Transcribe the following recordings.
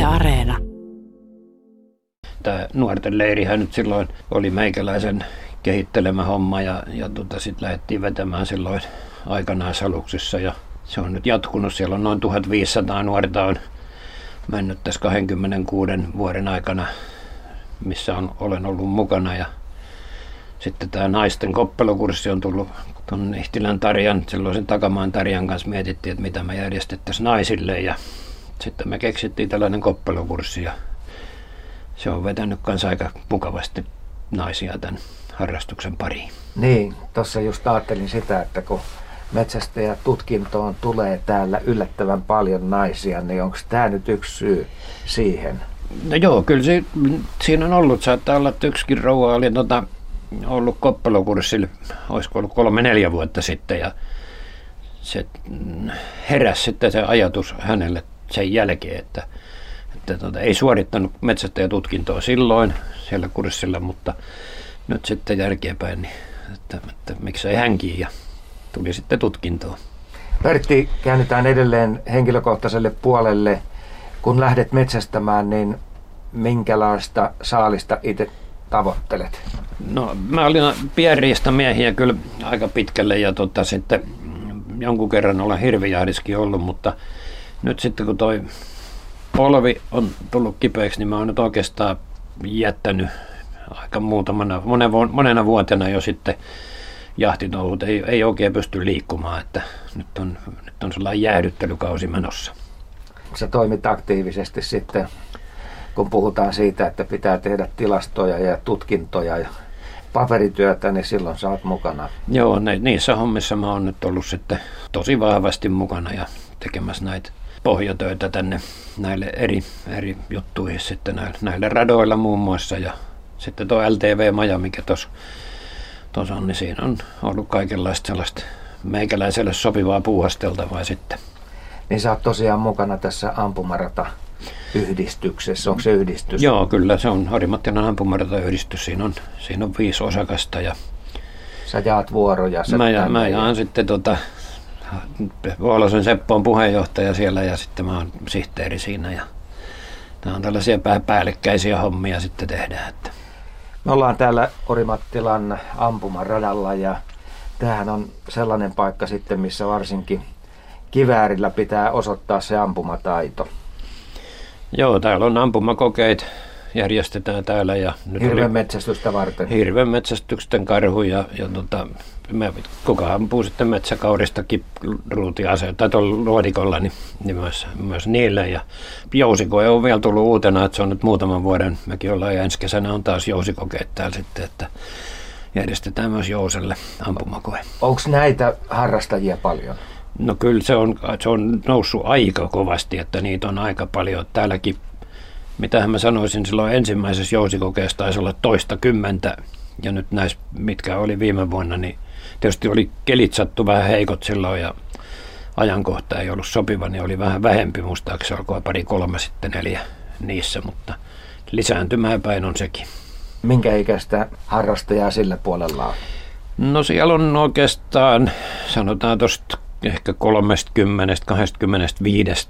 Areena. Tämä nuorten leirihän nyt silloin oli meikäläisen kehittelemä homma ja sitten lähdettiin vetämään silloin aikanaan Saluksissa ja se on nyt jatkunut. Siellä on noin 1500 nuorta on mennyt tässä 26 vuoden aikana, missä olen ollut mukana. Ja sitten tämä naisten koppelukurssi on tullut tuon Ihtilän Tarjan, silloisen Takamaan Tarjan kanssa mietittiin, että mitä me järjestettäisiin naisille ja sitten me keksittiin tällainen koppelukurssi ja se on vetänyt kanssa aika mukavasti naisia tämän harrastuksen pariin. Niin, tuossa just ajattelin sitä, että kun metsästäjätutkintoon tulee täällä yllättävän paljon naisia, niin onko tämä nyt yksi syy siihen? No joo, kyllä siinä on ollut. Saattaa olla, että yksikin rouva oli ollut koppelukurssilla, olisiko ollut 3-4 vuotta sitten ja se heräsi sitten se ajatus hänelle sen jälkeen, että ei suorittanut metsästäjätutkintoa silloin siellä kurssilla, mutta nyt sitten jälkeenpäin, niin, että miksei hänkin ja tuli sitten tutkintoon. Pertti, käännytään edelleen henkilökohtaiselle puolelle. Kun lähdet metsästämään, niin minkälaista saalista itse tavoittelet? No mä olin pienriistamiehiä kyllä aika pitkälle ja sitten jonkun kerran olen hirvijahdiskin ollut, mutta nyt sitten kun toi polvi on tullut kipeäksi, niin mä oon nyt oikeastaan jättänyt aika monena vuotena jo sitten jahtitouhut. Ei oikein pysty liikkumaan, että nyt on sellainen jäähdyttelykausi menossa. Sä toimit aktiivisesti sitten, kun puhutaan siitä, että pitää tehdä tilastoja ja tutkintoja ja paperityötä, niin silloin sä oot mukana. Joo, niissä hommissa mä oon nyt ollut sitten tosi vahvasti mukana ja tekemässä näitä pohjatöitä tänne näille eri juttuihin sitten näille radoilla muun muassa ja sitten tuo LTV-maja, mikä tuossa on, niin siinä on ollut kaikenlaista sellaista meikäläiselle sopivaa puuhasteltavaa sitten. Niin sä oot tosiaan mukana tässä ampumarata-yhdistyksessä, onko se yhdistys? Joo, kyllä se on Orimattilan ampumarata-yhdistys, siinä on 5 osakasta ja sä jaat vuoroja. Mä jaan sitten Vuolosen Seppo on puheenjohtaja siellä ja sitten mä oon sihteeri siinä ja nämä on tällaisia päällekkäisiä hommia sitten tehdään. Että. Me ollaan täällä Orimattilan ampumaradalla ja tämähän on sellainen paikka sitten, missä varsinkin kiväärillä pitää osoittaa se ampumataito. Joo, täällä on ampumakokeet, järjestetään täällä. Ja hirven metsästystä varten. Hirven metsästyksen karhu ja kuka ampuu sitten metsäkaurista ruutiaseella tai tuolla luodikolla, niin myös niille. Ja jousikoe on vielä tullut uutena, että se on nyt muutaman vuoden, mekin ollaan ja ensi kesänä on taas jousikokeet täällä sitten, että järjestetään myös jouselle ampumakoe. Onko näitä harrastajia paljon? No kyllä se on noussut aika kovasti, että niitä on aika paljon. Täälläkin, mitähän mä sanoisin, silloin ensimmäisessä jousikokeessa taisi olla 20 ja nyt näissä, mitkä oli viime vuonna, niin tietysti oli kelit sattu vähän heikot silloin ja ajankohta ei ollut sopiva, niin oli vähän vähempi, muistaakseni alkoi 2-3 sitten 4 niissä, mutta lisääntymään päin on sekin. Minkä ikäistä harrastajaa sillä puolella on? No siellä on oikeastaan, sanotaan tuosta ehkä 30, 25,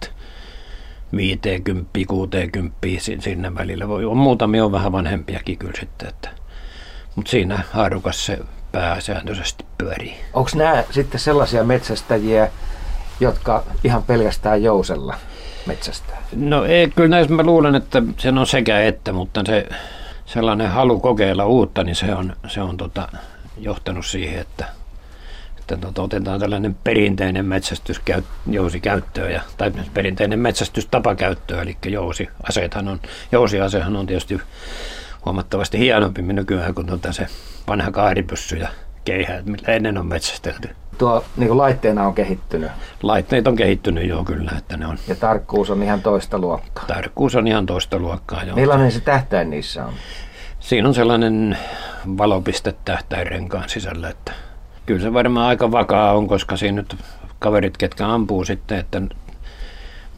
50, 60 sinne välillä. On muutamia on vähän vanhempiakin kyllä sitten, mutta siinä haarukassa se pääsääntöisesti pyörii. Onko nämä sitten sellaisia metsästäjiä, jotka ihan pelkästään jousella metsästää? No ei, kyllä näissä mä luulen, että se on sekä että, mutta se sellainen halu kokeilla uutta, niin se on johtanut siihen, että otetaan tällainen perinteinen metsästysjousi käyttöön, tai perinteinen metsästystapa käyttöön, eli jousiasehan on tietysti huomattavasti hienompi nykyään kuin se vanha kaaripyssy ja keihä, millä ennen on metsästelty. Tuo niin laitteena on kehittynyt? Laitteet on kehittynyt, joo kyllä. Että ne on. Ja tarkkuus on ihan toista luokkaa? Tarkkuus on ihan toista luokkaa, joo. Millainen se tähtäin niissä on? Siinä on sellainen valopiste tähtäinrenkaan sisällä, että kyllä se varmaan aika vakaa on, koska siinä nyt kaverit, ketkä ampuu sitten, että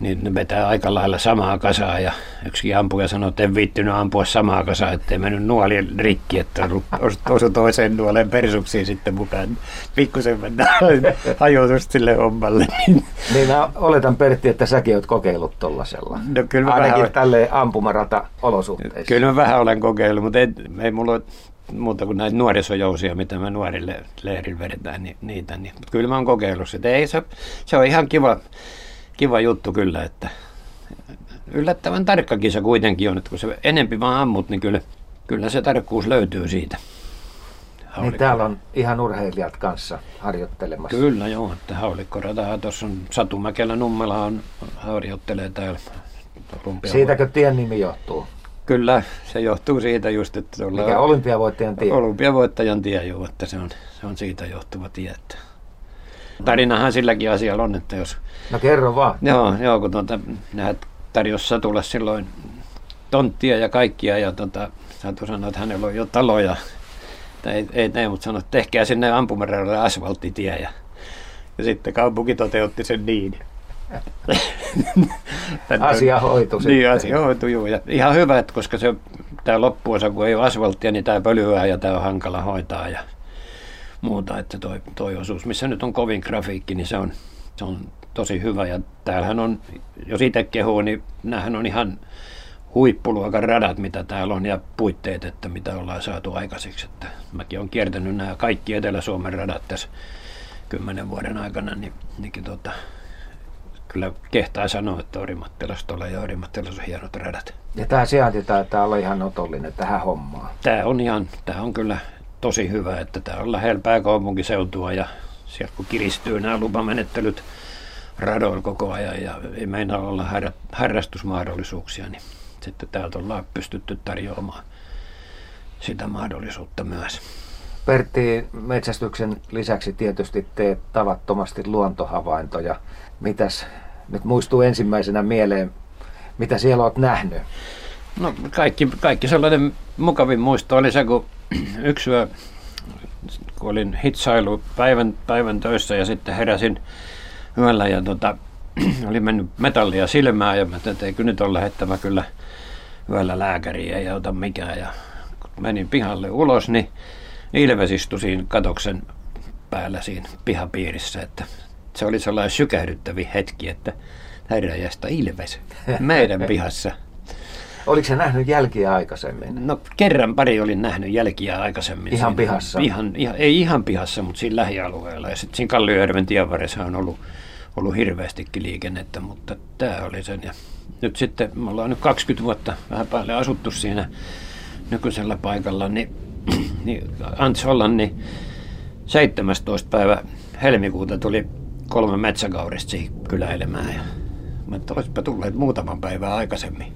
niin ne vetää aika lailla samaa kasaa ja yksikin ampuja sanoi, että en viittynyt ampua samaa kasaa, ettei mennyt nuoli rikki, että osu toiseen nuoleen persuksiin sitten mukaan. Pikkusen mennään hajotusta sille hommalle. Niin mä oletan, Pertti, että säkin olet kokeillut tollasella. No, kyllä ainakin tälleen ampumarata-olosuhteissa. Kyllä mä vähän olen kokeillut, mutta ei mulla ole muuta kuin näitä nuorisojousia, mitä me nuorille leirillä vedetään, niin niitä. Niin. Mutta kyllä mä oon kokeillut sitä. Ei, se on ihan kiva juttu kyllä, että yllättävän tarkkakin se kuitenkin on, että kun se enempi vaan ammut, niin kyllä se tarkkuus löytyy siitä. Niin täällä on ihan urheilijat kanssa harjoittelemassa. Kyllä joo, että haulikkoratahan tuossa on Satu Mäkelä Nummela harjoittelee täällä. Siitäkö tien nimi johtuu? Kyllä, se johtuu siitä just, että mikä olympiavoittajan tie? Olympiavoittajan tie, joo, että se on siitä johtuva tie. Tarinahan silläkin asialla on, että jos... No kerro vaan. Joo kun nehän tarjosi Satulle silloin tonttia ja kaikkia, ja Satu sanoi, että hänellä on jo taloja. Ei, mutta sanoi, että tehkää sinne ampumaradalle asfalttitie, ja sitten kaupunki toteutti sen niin. Asia hoitui sitten. Niin, asia hoitui, joo. Ja ihan hyvä, että koska tämä loppuosa, kun ei ole asfalttia, niin tämä pölyää ja tämä on hankala hoitaa ja muuta. Että toi osuus, missä nyt on kovin grafiikki, niin se on tosi hyvä. Ja täällähän on, jos itse kehuu, niin näähän on ihan huippuluokan radat, mitä täällä on, ja puitteet, että mitä ollaan saatu aikaiseksi. Että mäkin olen kiertänyt nämä kaikki Etelä-Suomen radat tässä 10 vuoden aikana, niin kyllä kehtaa sanoa, että Orimattilasta tulee ja Orimattilassa on hienot radat. Ja tämä sijainti taitaa olla ihan otollinen tähän hommaan. Tämä on kyllä tosi hyvä, että tämä on lähellä pääkaupunkiseutua ja sieltä kun kiristyy nämä lupamenettelyt radoilla koko ajan ja ei meinaa olla harrastusmahdollisuuksia, niin sitten täältä ollaan pystytty tarjoamaan sitä mahdollisuutta myös. Pertti, metsästyksen lisäksi tietysti teet tavattomasti luontohavaintoja. Mitäs nyt muistuu ensimmäisenä mieleen, mitä siellä olet nähnyt? No kaikki sellainen mukavin muisto oli se, kun yksi yö, kun olin hitsailu päivän töissä ja sitten heräsin yöllä ja oli mennyt metallia silmään ja mä tein, nyt on lähettävä kyllä yöllä lääkäriin, ei auta mikään. Ja kun menin pihalle ulos, niin ilves istui siinä katoksen päällä siinä pihapiirissä, että se oli sellainen sykähdyttävi hetki, että herranjestas ilves meidän pihassa. Oliko se nähnyt jälkiä aikaisemmin? No kerran pari olin nähnyt jälkiä aikaisemmin. Ihan pihassa? Ei ihan pihassa, mutta siinä lähialueella. Ja sitten siinä Kalliojärven tienvarressa on ollut hirveästikin liikennettä, mutta tämä oli sen. Ja nyt sitten me ollaan nyt 20 vuotta vähän päälle asuttu siinä nykyisellä paikalla, niin Ants Hollan, niin 17. päivä helmikuuta tuli 3 metsäkaurista siihen kyläilemään. Ja mä että olisipa tulleet muutaman päivän aikaisemmin.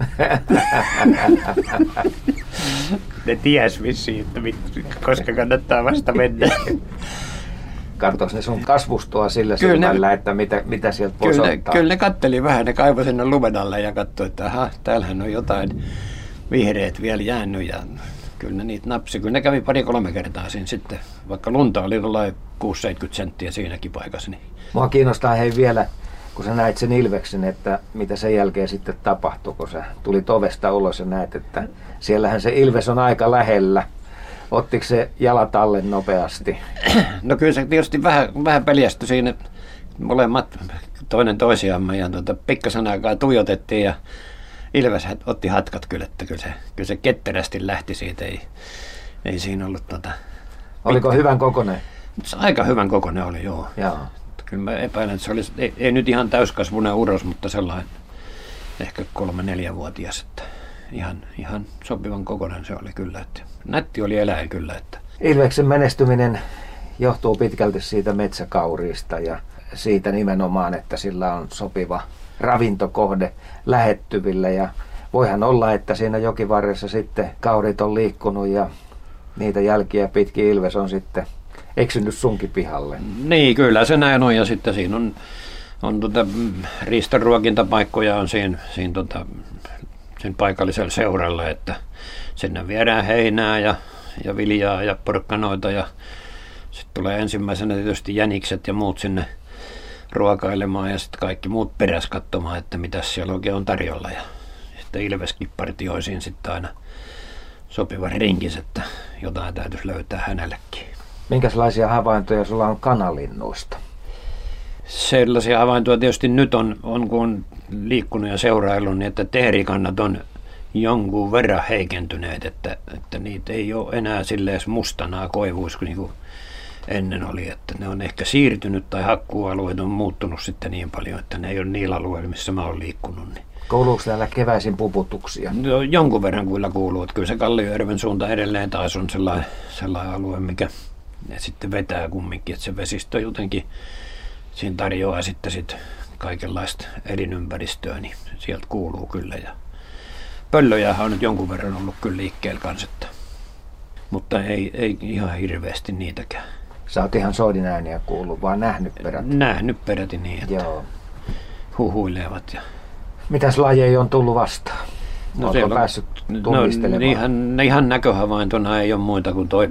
Ne ties vissiin, että koska kannattaa vasta mennä. Katsos ne sun kasvustoa sillä silmällä, että mitä sieltä voisi ottaa? Kyllä ne katteli vähän, ne kaivoi sinne lumen alle ja katsoi, että täällähän on jotain vihreät vielä jäänyt ja kyllä ne niitä napsi. Kyllä ne kävi 2-3 kertaa siinä sitten, vaikka lunta oli 6-70 senttiä siinäkin paikassa. Niin. Mua kiinnostaa vielä, kun sä näit sen ilveksen, että mitä sen jälkeen sitten tapahtui, kun sä tulit ovesta ulos ja näet, että siellähän se ilves on aika lähellä. Ottiko se jalat alle nopeasti? No kyllä se tietysti vähän peljästyi siinä, molemmat toinen toisiamme ja pikkasen aikaa tuijotettiin ja ilves otti hatkat kyllä, että kyllä se ketterästi lähti siitä, ei siinä ollut Oliko hyvän kokoinen? Aika hyvän kokoinen oli, joo. Jaa. Kyllä mä epäilen, että se oli, ei nyt ihan täyskasvuinen uros, mutta sellainen ehkä 3-4-vuotias, että ihan sopivan kokoinen se oli kyllä, että nätti oli eläin kyllä. Että. Ilveksen menestyminen johtuu pitkälti siitä metsäkauriista ja siitä nimenomaan, että sillä on sopiva ravintokohde lähettyville ja voihan olla, että siinä jokivarressa sitten kaurit on liikkunut ja niitä jälkiä pitkin ilves on sitten eksynyt sunkin pihalle. Niin, kyllä se näin on ja sitten siinä on riistanruokintapaikkoja on siinä paikallisella seuralla, että sinne viedään heinää ja viljaa ja porkkanoita ja sitten tulee ensimmäisenä tietysti jänikset ja muut sinne ruokailemaan ja sitten kaikki muut peräs katsomaan, että mitä siellä oikein on tarjolla. Ja sitten Ilveskin partioisiin sitten aina sopivan rinkis, että jotain täytyisi löytää hänellekin. Minkälaisia havaintoja sulla on kanalinnuista? Sellaisia havaintoja tietysti nyt on kun on liikkunut ja seuraillut, niin että teerikannat on jonkun verran heikentyneet, että niitä ei ole enää silleen mustanaa koivuissa niin kuin ennen oli, että ne on ehkä siirtynyt tai hakkuualueet on muuttunut sitten niin paljon, että ne ei ole niillä alueilla, missä mä oon liikkunut. Niin. Kuuluuko täällä keväisin puputuksia? No, jonkun verran kyllä kuuluu, että kyllä se Kalliojärven suunta edelleen taas on sellainen alue, mikä sitten vetää kumminkin, että se vesistö jotenkin siinä tarjoaa sitten kaikenlaista elinympäristöä, niin sieltä kuuluu kyllä. Ja pöllöjähän on nyt jonkun verran ollut kyllä liikkeellä kanssa, mutta ei ihan hirveästi niitäkään. Sä oot ihan soidin ääniä kuullut, vaan nähnyt peräti? Nähnyt peräti niin, että joo. Huhuilevat. Ja mitäs lajeja on tullut vastaan? No ootko päässyt tunnistelemaan? Ihan näköhavaintona ei ole muita kuin toi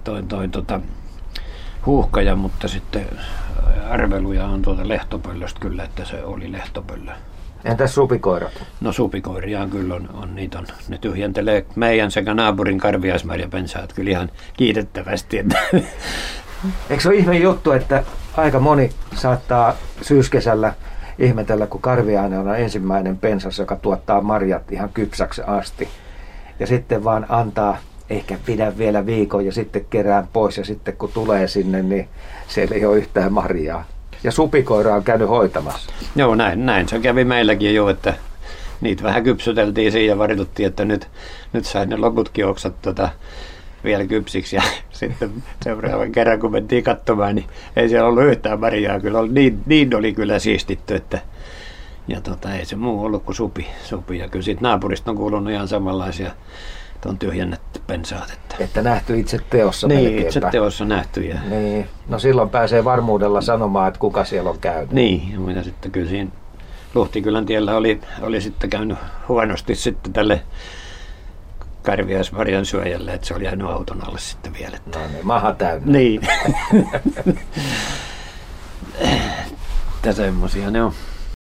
huuhkaja, mutta sitten arveluja on lehtopöllöstä kyllä, että se oli lehtopöllö. Entäs supikoirat? No supikoiriaan kyllä on niitä on. Ne tyhjentelee meidän sekä naapurin karviaismarjapensaat kyllä ihan kiitettävästi. Eikö se ole ihme juttu, että aika moni saattaa syyskesällä ihmetellä, kun karviainen on ensimmäinen pensas, joka tuottaa marjat ihan kypsäksi asti. Ja sitten vaan antaa, ehkä pidä vielä viikon ja sitten kerään pois. Ja sitten kun tulee sinne, niin siellä ei ole yhtään marjaa. Ja supikoira on käynyt hoitamassa. Joo, näin se kävi meilläkin jo, että niitä vähän kypsyteltiin siinä ja varituttiin, että nyt sai ne loputkin oksat vielä kypsiksi. Ja sitten seuraavan kerran, kun mentiin katsomaan, niin ei siellä ollut yhtään marjaa. Kyllä niin oli kyllä siistitty, että ja ei se muu ollut kuin supi. Ja kyllä siitä naapurista on kuulunut ihan samanlaisia on tyhjennetty pensaat. Että nähty itse teossa niin, melkeinpä. Itse teossa nähty. Ja niin. No silloin pääsee varmuudella sanomaan, että kuka siellä on käynyt. Niin, ja sitten kyllä siinä Luhtikylän tiellä oli sitten käynyt huonosti sitten tälle karviaismarjan syöjälle, että se oli jäänyt auton alle sitten vielä. No niin, maha täynnä. Niin. Semmoisia ne on.